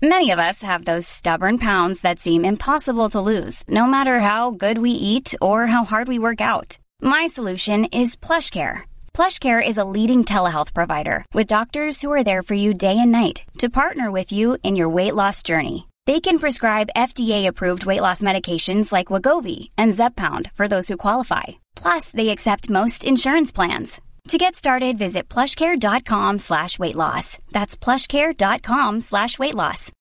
Many of us have those stubborn pounds that seem impossible to lose, no matter how good we eat or how hard we work out. My solution is PlushCare. PlushCare is a leading telehealth provider with doctors who are there for you day and night to partner with you in your weight loss journey. They can prescribe FDA-approved weight loss medications like Wegovy and Zepbound for those who qualify. Plus, they accept most insurance plans. To get started, visit plushcare.com/weightloss. That's plushcare.com/weightloss.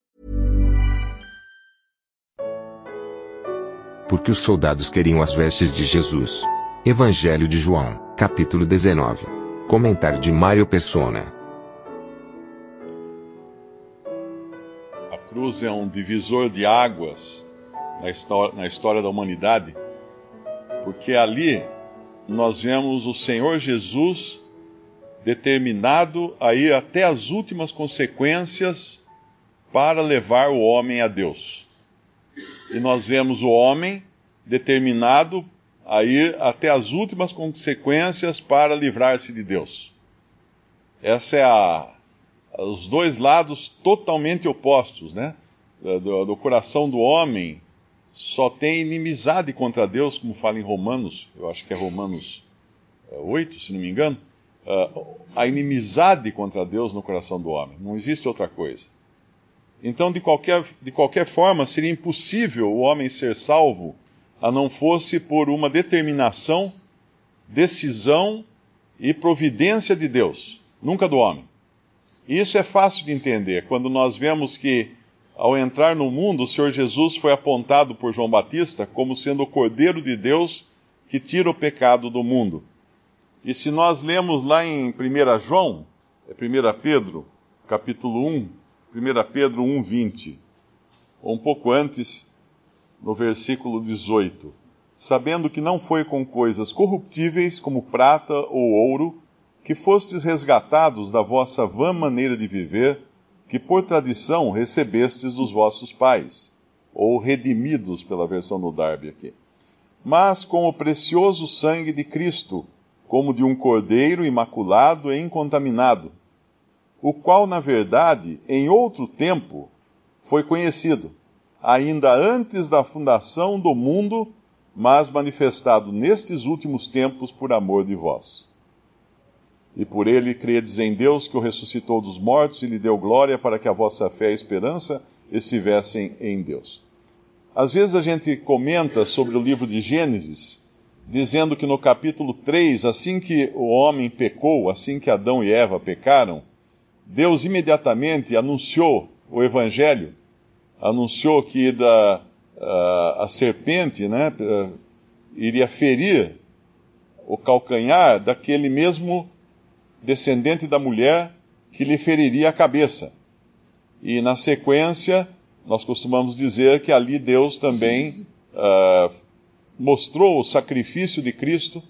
Porque os soldados queriam as vestes de Jesus. Evangelho de João, capítulo 19. Comentário de Mário Persona. A cruz é um divisor de águas na história da humanidade, porque ali nós vemos o Senhor Jesus determinado a ir até as últimas consequências para levar o homem a Deus. E nós vemos o homem determinado a ir até as últimas consequências para livrar-se de Deus. Essa é os dois lados totalmente opostos, né? Do coração do homem só tem inimizade contra Deus, como fala em Romanos, eu acho que é Romanos 8, se não me engano, a inimizade contra Deus no coração do homem, não existe outra coisa. Então, de qualquer forma, seria impossível o homem ser salvo a não fosse por uma determinação, decisão e providência de Deus, nunca do homem. E isso é fácil de entender, quando nós vemos que ao entrar no mundo, o Senhor Jesus foi apontado por João Batista como sendo o Cordeiro de Deus que tira o pecado do mundo. E se nós lemos lá em 1 João, 1 Pedro, capítulo 1, 1 Pedro 1:20, ou um pouco antes, no versículo 18, sabendo que não foi com coisas corruptíveis como prata ou ouro, que fostes resgatados da vossa vã maneira de viver, que por tradição recebestes dos vossos pais, ou redimidos pela versão do Darby aqui, mas com o precioso sangue de Cristo, como de um cordeiro imaculado e incontaminado, o qual, na verdade, em outro tempo, foi conhecido, ainda antes da fundação do mundo, mas manifestado nestes últimos tempos por amor de vós. E por ele credes em Deus, que o ressuscitou dos mortos e lhe deu glória, para que a vossa fé e esperança estivessem em Deus. Às vezes a gente comenta sobre o livro de Gênesis, dizendo que no capítulo 3, assim que o homem pecou, assim que Adão e Eva pecaram, Deus imediatamente anunciou o Evangelho, anunciou que a serpente, né, iria ferir o calcanhar daquele mesmo descendente da mulher que lhe feriria a cabeça. E na sequência, nós costumamos dizer que ali Deus também mostrou o sacrifício de Cristo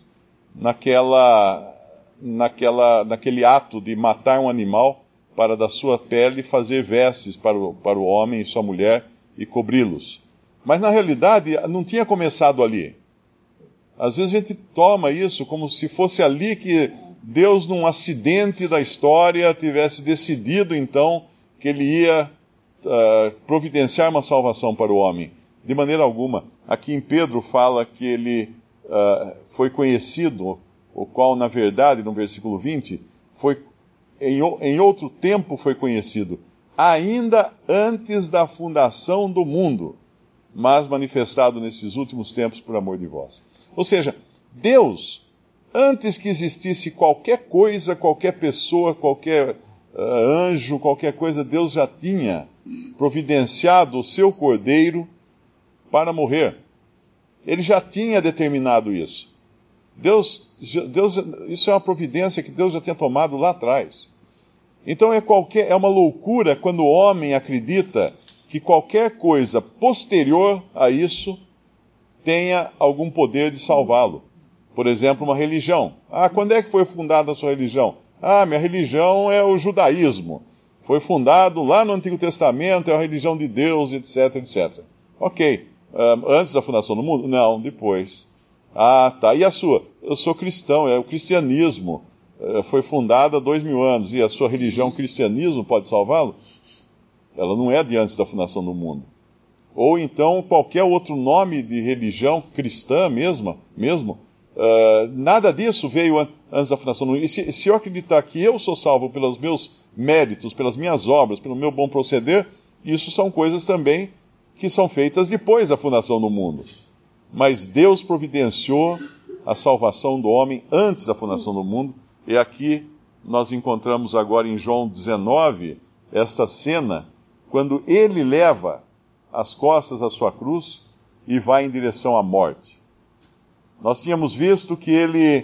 naquele ato de matar um animal para da sua pele fazer vestes para o homem e sua mulher e cobri-los. Mas na realidade não tinha começado ali. Às vezes a gente toma isso como se fosse ali que Deus, num acidente da história, tivesse decidido então que ele ia providenciar uma salvação para o homem. De maneira alguma. Aqui em Pedro fala que ele foi conhecido, o qual na verdade, no versículo 20, em outro tempo foi conhecido, ainda antes da fundação do mundo, mas manifestado nesses últimos tempos por amor de vós. Ou seja, Deus, antes que existisse qualquer coisa, qualquer pessoa, qualquer anjo, qualquer coisa, Deus já tinha providenciado o seu cordeiro para morrer. Ele já tinha determinado isso. Deus, isso é uma providência que Deus já tinha tomado lá atrás. Então é uma loucura quando o homem acredita que qualquer coisa posterior a isso tenha algum poder de salvá-lo. Por exemplo, uma religião. Quando é que foi fundada a sua religião? Minha religião é o judaísmo. Foi fundado lá no Antigo Testamento, é a religião de Deus, etc, etc. Ok. Antes da fundação do mundo? Não, depois. Tá. E a sua? Eu sou cristão, é o cristianismo. Foi fundada há 2000 anos. E a sua religião, o cristianismo, pode salvá-lo? Ela não é de antes da fundação do mundo. Ou então qualquer outro nome de religião cristã mesmo, nada disso veio antes da fundação do mundo. E se eu acreditar que eu sou salvo pelos meus méritos, pelas minhas obras, pelo meu bom proceder, isso são coisas também que são feitas depois da fundação do mundo. Mas Deus providenciou a salvação do homem antes da fundação do mundo. E aqui nós encontramos agora em João 19, esta cena, quando ele leva as costas a sua cruz e vai em direção à morte. Nós tínhamos visto que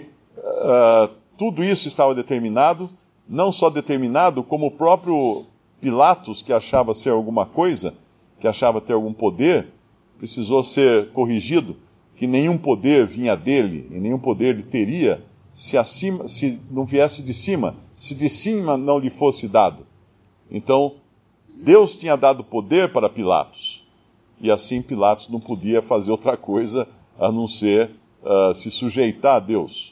tudo isso estava determinado, não só determinado, como o próprio Pilatos, que achava ser alguma coisa, que achava ter algum poder, precisou ser corrigido, que nenhum poder vinha dele, e nenhum poder ele teria, se não viesse de cima, se de cima não lhe fosse dado. Então, Deus tinha dado poder para Pilatos, e assim Pilatos não podia fazer outra coisa a não ser se sujeitar a Deus.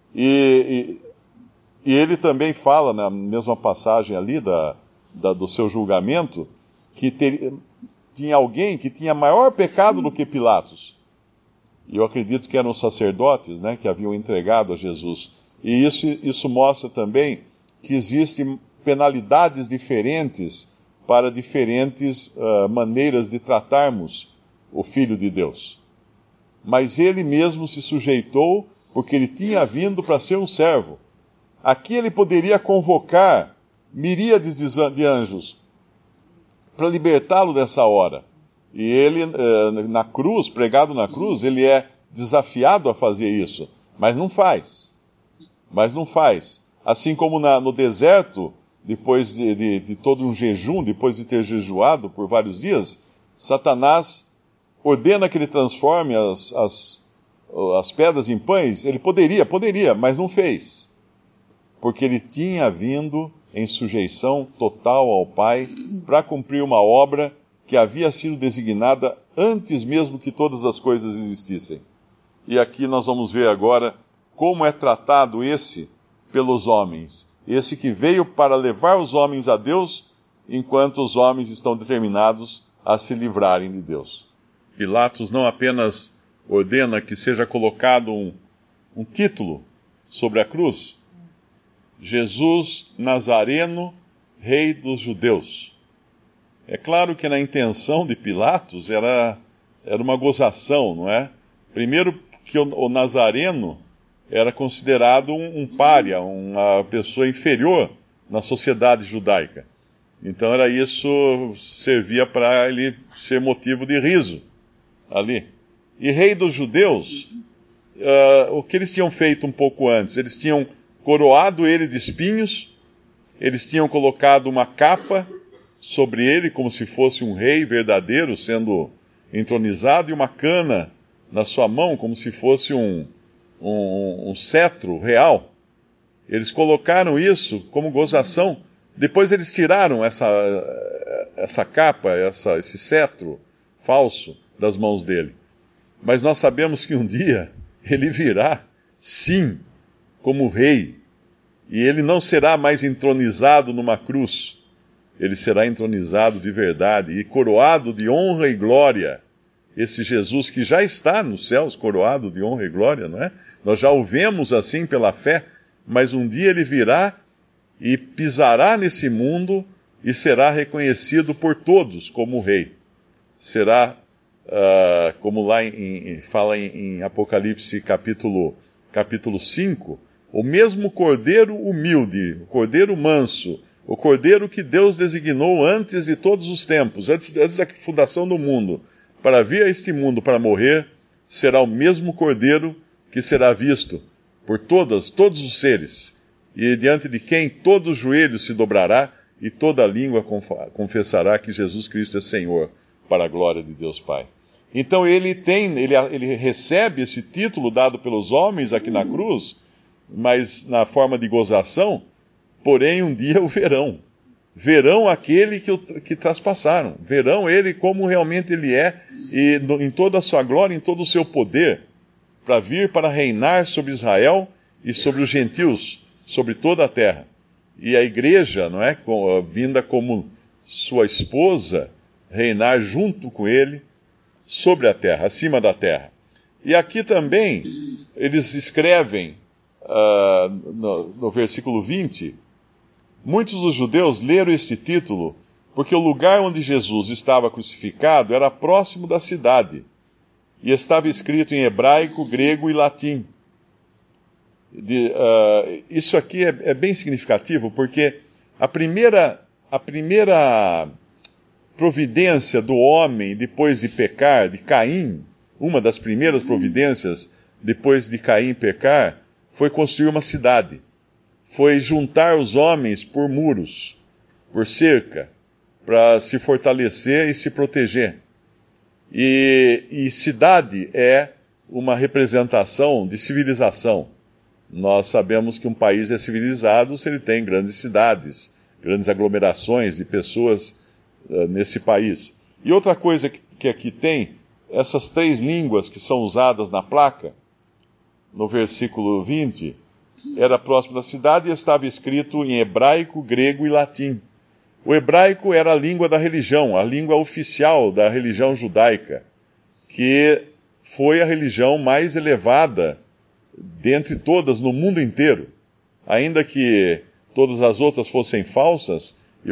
E ele também fala, na mesma passagem ali do seu julgamento, que tinha alguém que tinha maior pecado do que Pilatos. E eu acredito que eram os sacerdotes, né, que haviam entregado a Jesus. E isso mostra também que existem penalidades diferentes para diferentes maneiras de tratarmos o Filho de Deus. Mas ele mesmo se sujeitou porque ele tinha vindo para ser um servo. Aqui ele poderia convocar miríades de anjos para libertá-lo dessa hora. E ele, na cruz, pregado na cruz, ele é desafiado a fazer isso. Mas não faz. Assim como no deserto, depois de todo um jejum, depois de ter jejuado por vários dias, Satanás ordena que ele transforme as pedras em pães. Ele poderia, mas não fez. Porque ele tinha vindo em sujeição total ao Pai para cumprir uma obra que havia sido designada antes mesmo que todas as coisas existissem. E aqui nós vamos ver agora como é tratado esse pelos homens. Esse que veio para levar os homens a Deus, enquanto os homens estão determinados a se livrarem de Deus. Pilatos não apenas ordena que seja colocado um título sobre a cruz: Jesus Nazareno, Rei dos Judeus. É claro que na intenção de Pilatos era uma gozação, não é? Primeiro que o Nazareno era considerado um pária, uma pessoa inferior na sociedade judaica. Então servia para ele ser motivo de riso ali. E Rei dos Judeus, o que eles tinham feito um pouco antes? Eles tinham coroado ele de espinhos, eles tinham colocado uma capa sobre ele, como se fosse um rei verdadeiro sendo entronizado, e uma cana na sua mão, como se fosse um cetro real. Eles colocaram isso como gozação. Depois eles tiraram essa capa, esse cetro falso das mãos dele. Mas nós sabemos que um dia ele virá, sim, como rei. E ele não será mais entronizado numa cruz. Ele será entronizado de verdade e coroado de honra e glória. Esse Jesus que já está nos céus, coroado de honra e glória, não é? Nós já o vemos assim pela fé, mas um dia ele virá e pisará nesse mundo e será reconhecido por todos como rei. Será, como lá fala em Apocalipse capítulo 5, o mesmo cordeiro humilde, o cordeiro manso, o cordeiro que Deus designou antes de todos os tempos, antes da fundação do mundo, para vir a este mundo para morrer, será o mesmo cordeiro que será visto por todos os seres, e diante de quem todo joelho se dobrará e toda língua confessará que Jesus Cristo é Senhor, para a glória de Deus Pai. Então ele recebe esse título dado pelos homens aqui na cruz, mas na forma de gozação, porém um dia o verão. Verão aquele que traspassaram. Verão ele como realmente ele é, e em toda a sua glória, em todo o seu poder, para vir para reinar sobre Israel e sobre os gentios, sobre toda a terra. E a igreja, não é, vinda como sua esposa, reinar junto com ele sobre a terra, acima da terra. E aqui também eles escrevem, no versículo 20, muitos dos judeus leram este título porque o lugar onde Jesus estava crucificado era próximo da cidade e estava escrito em hebraico, grego e latim. Isso aqui é bem significativo porque a primeira providência do homem depois de pecar, de Caim, uma das primeiras providências depois de Caim pecar, foi construir uma cidade. Foi juntar os homens por muros, por cerca, para se fortalecer e se proteger. E cidade é uma representação de civilização. Nós sabemos que um país é civilizado se ele tem grandes cidades, grandes aglomerações de pessoas nesse país. E outra coisa que aqui tem, essas 3 línguas que são usadas na placa, no versículo 20, era próximo da cidade e estava escrito em hebraico, grego e latim. O hebraico era a língua da religião, a língua oficial da religião judaica, que foi a religião mais elevada dentre todas no mundo inteiro. Ainda que todas as outras fossem falsas, e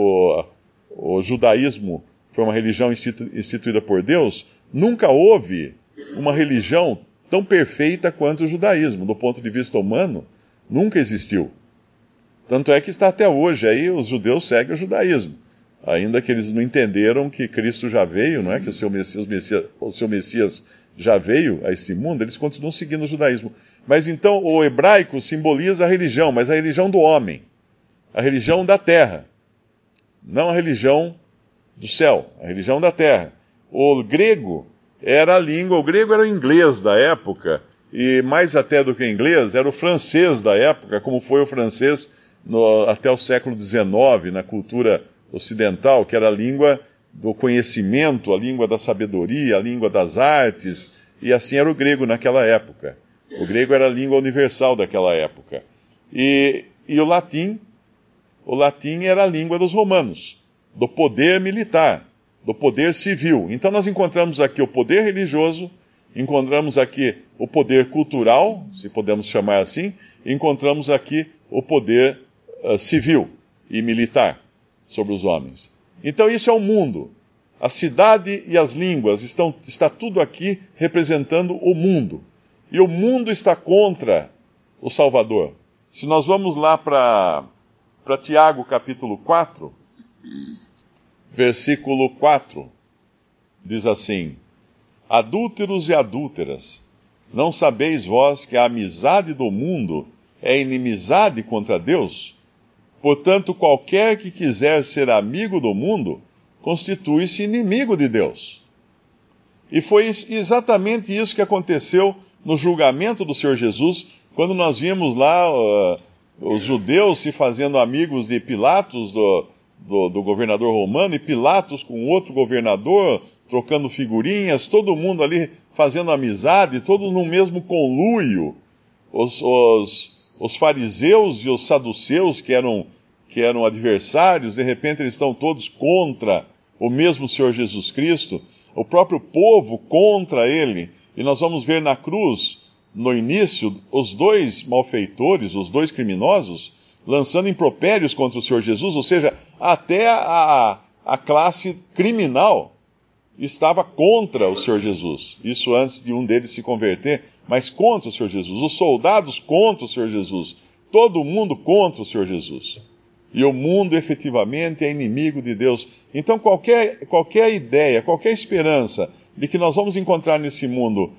o judaísmo foi uma religião instituída por Deus, nunca houve uma religião tão perfeita quanto o judaísmo. Do ponto de vista humano, nunca existiu. Tanto é que está até hoje, aí os judeus seguem o judaísmo. Ainda que eles não entenderam que Cristo já veio, não é? Que o seu Messias já veio a este mundo, eles continuam seguindo o judaísmo. Mas então o hebraico simboliza a religião, mas a religião do homem, a religião da terra, não a religião do céu, a religião da terra. O grego era a língua, o grego era o inglês da época, e mais até do que o inglês, era o francês da época, como foi o francês até o século XIX, na cultura ocidental, que era a língua do conhecimento, a língua da sabedoria, a língua das artes, e assim era o grego naquela época. O grego era a língua universal daquela época. E o latim era a língua dos romanos, do poder militar, do poder civil. Então nós encontramos aqui o poder religioso, encontramos aqui o poder cultural, se podemos chamar assim, e encontramos aqui o poder civil e militar sobre os homens. Então isso é o mundo. A cidade e as línguas, está tudo aqui representando o mundo. E o mundo está contra o Salvador. Se nós vamos lá para Tiago capítulo 4, versículo 4, diz assim: adúlteros e adúlteras, não sabeis vós que a amizade do mundo é inimizade contra Deus? Portanto, qualquer que quiser ser amigo do mundo, constitui-se inimigo de Deus. E foi exatamente isso que aconteceu no julgamento do Senhor Jesus, quando nós vimos lá os judeus se fazendo amigos de Pilatos, do governador romano, e Pilatos com outro governador, trocando figurinhas, todo mundo ali fazendo amizade, todo no mesmo conluio. Os fariseus e os saduceus, que eram adversários, de repente eles estão todos contra o mesmo Senhor Jesus Cristo, o próprio povo contra ele. E nós vamos ver na cruz, no início, os 2 malfeitores, os 2 criminosos, lançando impropérios contra o Senhor Jesus, ou seja, até a classe criminal estava contra o Senhor Jesus. Isso antes de um deles se converter, mas contra o Senhor Jesus. Os soldados contra o Senhor Jesus. Todo mundo contra o Senhor Jesus. E o mundo efetivamente é inimigo de Deus. Então qualquer ideia, qualquer esperança de que nós vamos encontrar nesse mundo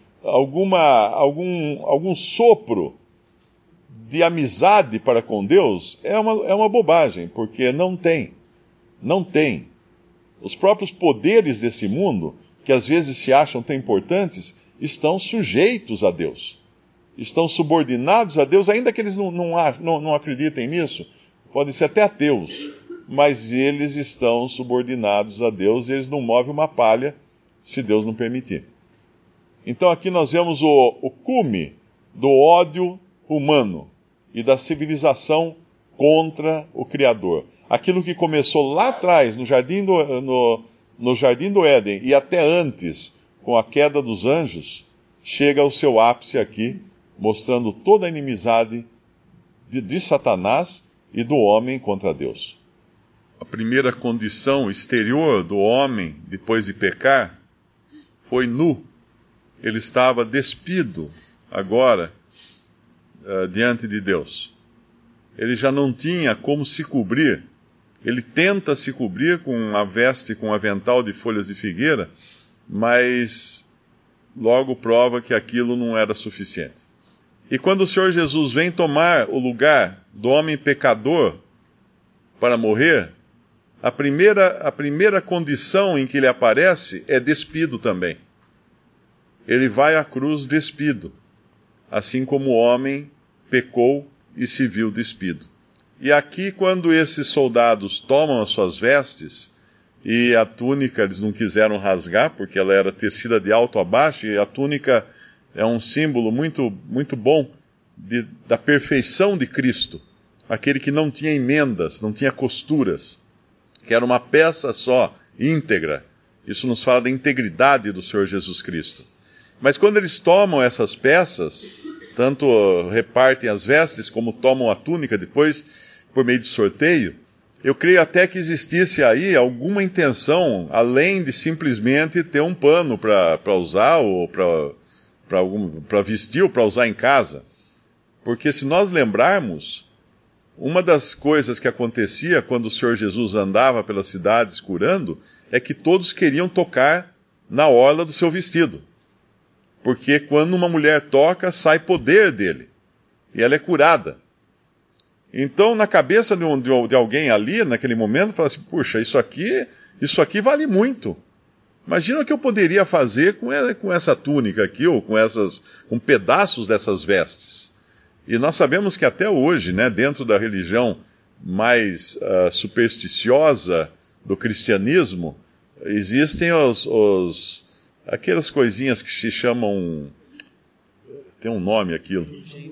algum sopro de amizade para com Deus é uma bobagem, porque não tem. Não tem. Os próprios poderes desse mundo, que às vezes se acham tão importantes, estão sujeitos a Deus. Estão subordinados a Deus, ainda que eles não acreditem nisso, podem ser até ateus, mas eles estão subordinados a Deus e eles não movem uma palha se Deus não permitir. Então aqui nós vemos o cume do ódio humano e da civilização contra o Criador. Aquilo que começou lá atrás, no Jardim do Éden, e até antes, com a queda dos anjos, chega ao seu ápice aqui, mostrando toda a inimizade de Satanás e do homem contra Deus. A primeira condição exterior do homem, depois de pecar, foi nu. Ele estava despido agora diante de Deus. Ele já não tinha como se cobrir. Ele tenta se cobrir com uma veste, com um avental de folhas de figueira, mas logo prova que aquilo não era suficiente. E quando o Senhor Jesus vem tomar o lugar do homem pecador para morrer, a primeira condição em que ele aparece é despido também. Ele vai à cruz despido, assim como o homem pecou e se viu despido. E aqui, quando esses soldados tomam as suas vestes, e a túnica eles não quiseram rasgar, porque ela era tecida de alto a baixo, e a túnica é um símbolo muito, muito bom da perfeição de Cristo. Aquele que não tinha emendas, não tinha costuras, que era uma peça só, íntegra. Isso nos fala da integridade do Senhor Jesus Cristo. Mas quando eles tomam essas peças, tanto repartem as vestes, como tomam a túnica depois, por meio de sorteio, eu creio até que existisse aí alguma intenção, além de simplesmente ter um pano para usar, ou para vestir, ou para usar em casa. Porque se nós lembrarmos, uma das coisas que acontecia quando o Senhor Jesus andava pelas cidades curando, é que todos queriam tocar na orla do seu vestido. Porque quando uma mulher toca, sai poder dele. E ela é curada. Então, na cabeça de alguém ali, naquele momento, fala assim, puxa, isso aqui vale muito. Imagina o que eu poderia fazer com essa túnica aqui, ou com pedaços dessas vestes. E nós sabemos que até hoje, né, dentro da religião mais supersticiosa do cristianismo, existem aquelas coisinhas que se chamam, tem um nome aquilo,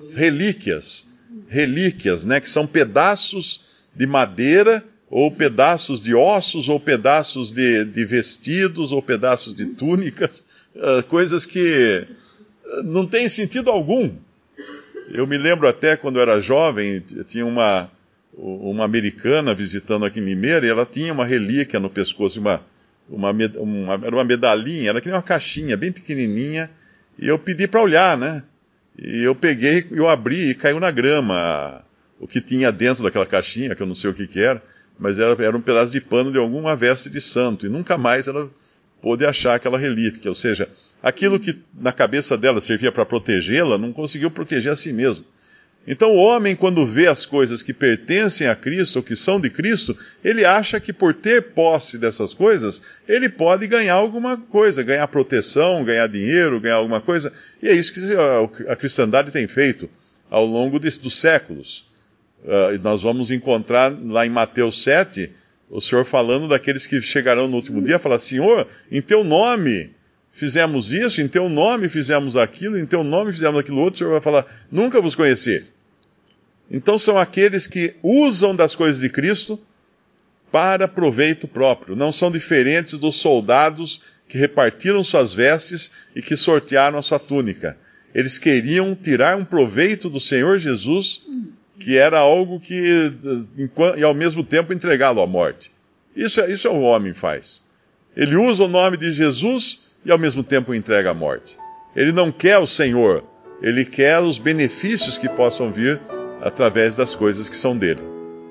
relíquias, né, que são pedaços de madeira, ou pedaços de ossos, ou pedaços de vestidos, ou pedaços de túnicas, coisas que não têm sentido algum. Eu me lembro até quando eu era jovem, tinha uma americana visitando aqui em Limeira, e ela tinha uma relíquia no pescoço, era uma medalhinha, era que nem uma caixinha bem pequenininha, e eu pedi para olhar, né? E eu peguei, eu abri e caiu na grama o que tinha dentro daquela caixinha, que eu não sei o que era, mas era um pedaço de pano de alguma veste de santo, e nunca mais ela pôde achar aquela relíquia, ou seja, aquilo que na cabeça dela servia para protegê-la, não conseguiu proteger a si mesmo. Então o homem, quando vê as coisas que pertencem a Cristo, ou que são de Cristo, ele acha que por ter posse dessas coisas, ele pode ganhar alguma coisa, ganhar proteção, ganhar dinheiro, ganhar alguma coisa. E é isso que a cristandade tem feito ao longo dos séculos. Nós vamos encontrar lá em Mateus 7, o Senhor falando daqueles que chegarão no último dia, falar, Senhor, em teu nome fizemos isso, em teu nome fizemos aquilo, em teu nome fizemos aquilo outro, o Senhor vai falar, nunca vos conheci. Então são aqueles que usam das coisas de Cristo para proveito próprio. Não são diferentes dos soldados que repartiram suas vestes e que sortearam a sua túnica. Eles queriam tirar um proveito do Senhor Jesus, que era algo que, e ao mesmo tempo entregá-lo à morte. Isso o homem faz. Ele usa o nome de Jesus e ao mesmo tempo entrega à morte. Ele não quer o Senhor, ele quer os benefícios que possam vir através das coisas que são dele.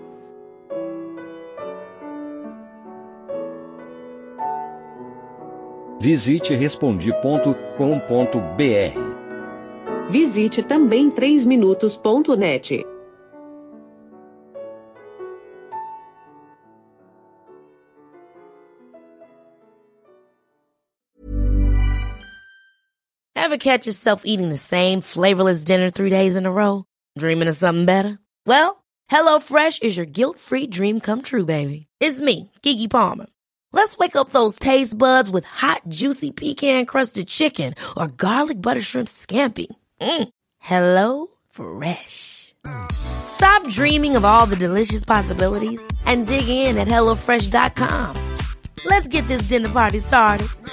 Visite Respondi.com.br. Visite também 3minutos.net. Ever catch yourself eating the same flavorless dinner 3 days in a row? Dreaming of something better? Well, HelloFresh is your guilt-free dream come true, baby. It's me, Keke Palmer. Let's wake up those taste buds with hot, juicy pecan-crusted chicken or garlic butter shrimp scampi. Hello Fresh. Stop dreaming of all the delicious possibilities and dig in at HelloFresh.com. Let's get this dinner party started.